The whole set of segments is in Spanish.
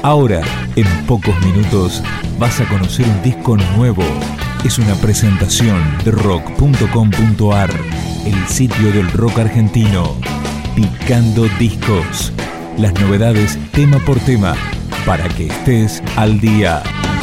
Ahora, en pocos minutos, vas a conocer un disco nuevo. Es una presentación de rock.com.ar, el sitio del rock argentino. Picando discos. Las novedades tema por tema, para que estés al día.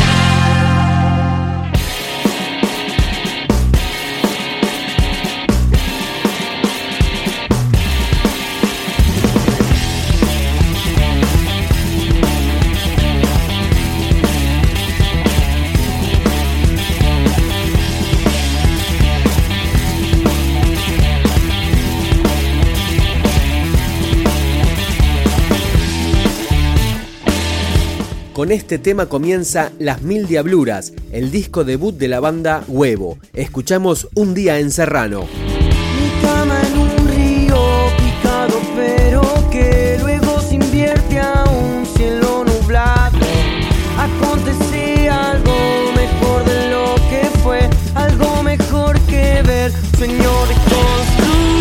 Con este tema comienza Las Mil Diabluras, el disco debut de la banda Huevo. Escuchamos Un día en Serrano. Mi cama en un río picado, pero que luego se invierte a un cielo nublado. Acontece algo mejor de lo que fue, algo mejor que ver, sueño de construir.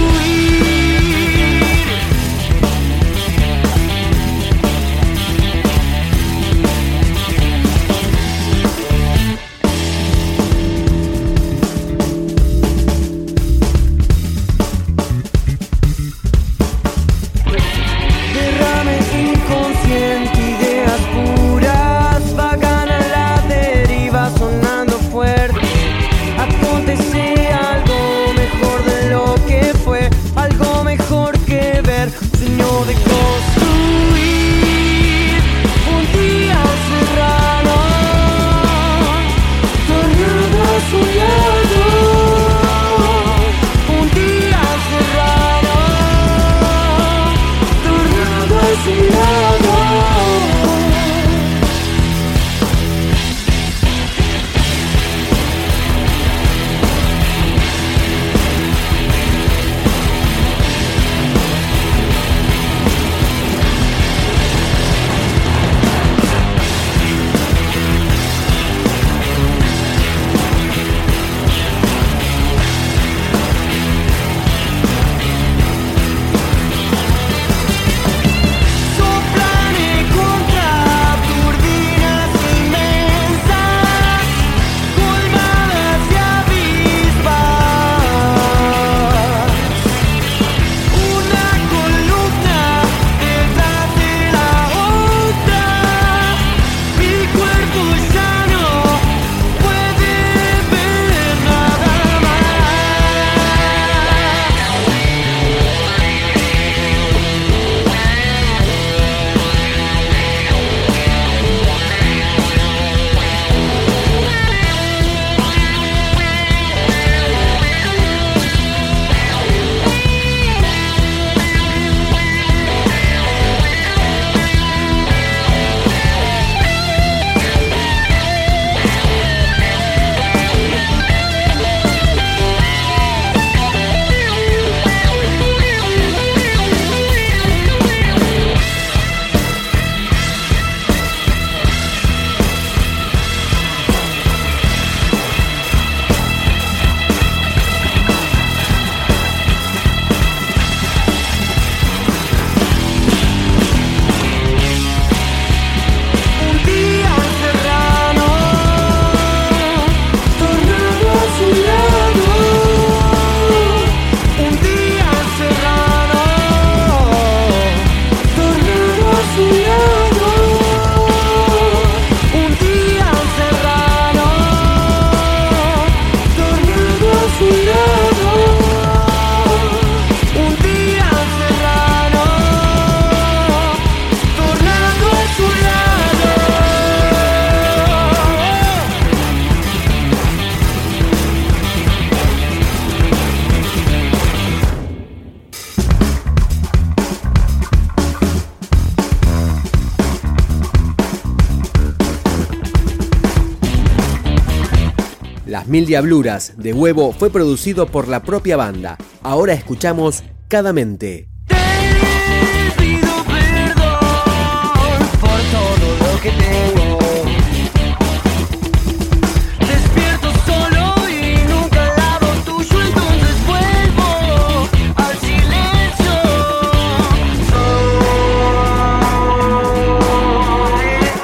Las Mil Diabluras de Huevo fue producido por la propia banda. Ahora escuchamos Cada Mente. Te pido perdón por todo lo que tengo. Despierto solo y nunca al lado tuyo, entonces vuelvo al silencio. Soy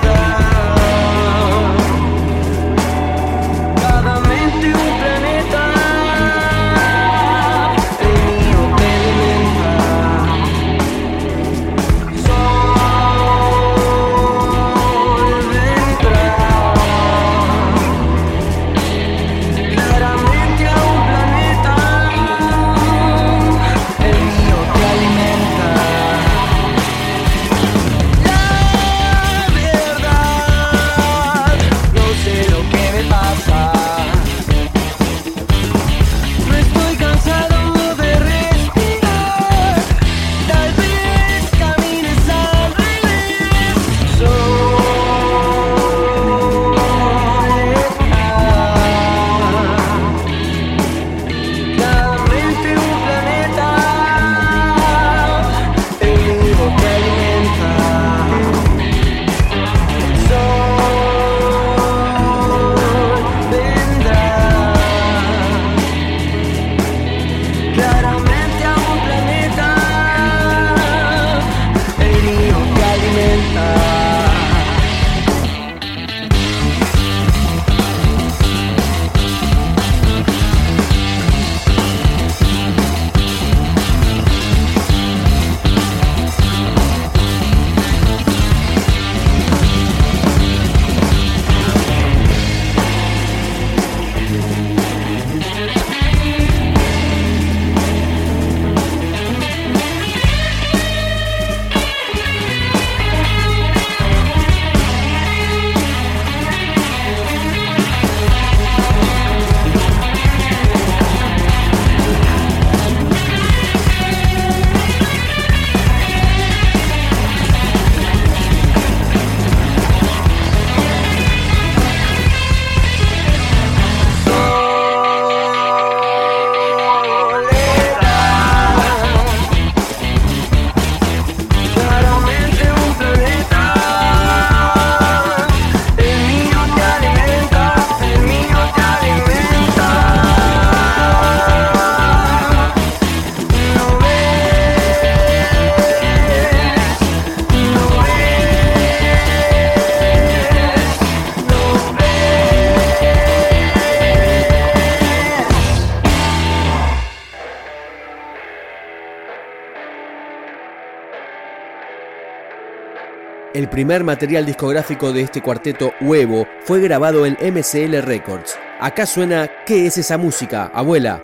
El primer material discográfico de este cuarteto Huevo fue grabado en MCL Records. Acá suena ¿Qué es esa música, abuela?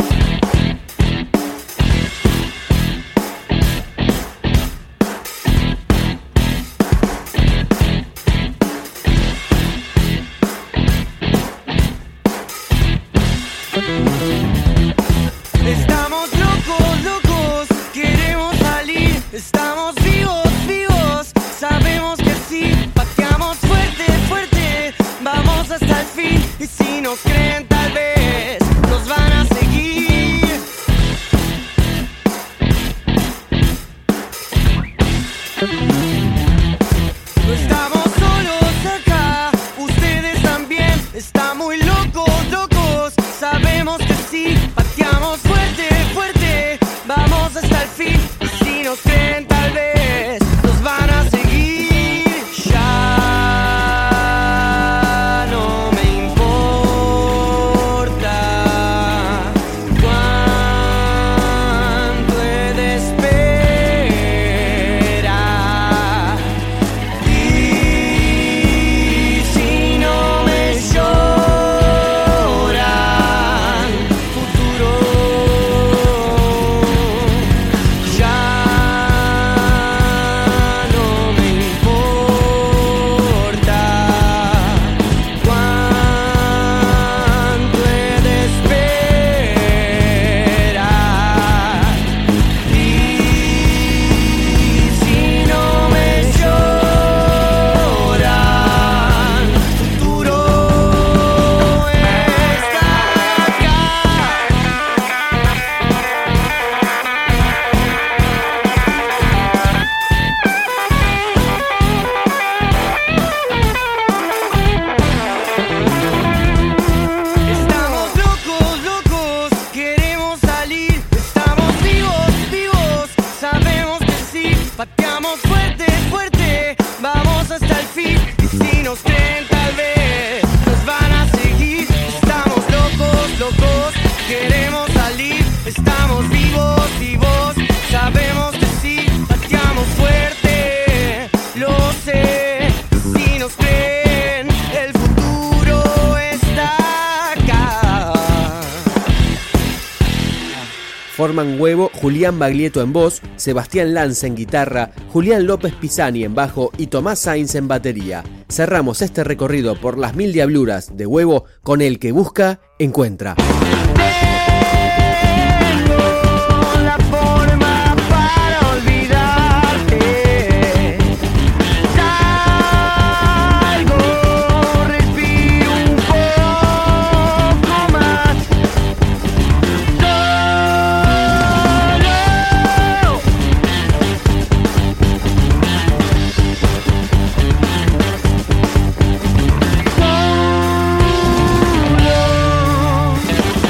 Estamos locos, locos, queremos salir, estamos vivos, vivos, sabemos que sí, pateamos fuerte, fuerte, vamos hasta el fin, y si nos creen tal vez, nos van a seguir. No estamos solos acá, ustedes también, están muy locos, locos, sabemos que sí, pateamos fuerte, fuerte, vamos hasta el fin, y si nos creen tal vez, nos van a seguir. Ya no me importa cuánto he de esperar, y si no me lloran futuro, ya no me importa cuánto he de esperar, y si no me lloran futuro está acá. Estamos locos, locos, queremos salir, estamos vivos, vivos, sabemos que sí, pateamos fuerte, fuerte, vamos hasta el fin, y si nos creen tal vez, nos van a seguir. Estamos locos, locos, queremos salir, estamos vivos, vivos, sabemos que sí, pateamos fuerte, lo sé, si nos creen, el futuro está acá. Forman Huevo Julián Baglietto en voz, Sebastián Lanza en guitarra, Julián López Pisani en bajo y Tomás Sainz en batería. Cerramos este recorrido por las 1000 diabluras de Huevo con El que busca, encuentra. Tengo la forma para olvidarte. Salgo, respiro un poco más. Solo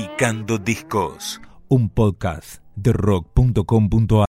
Picando Discos, un podcast de rock.com.ar.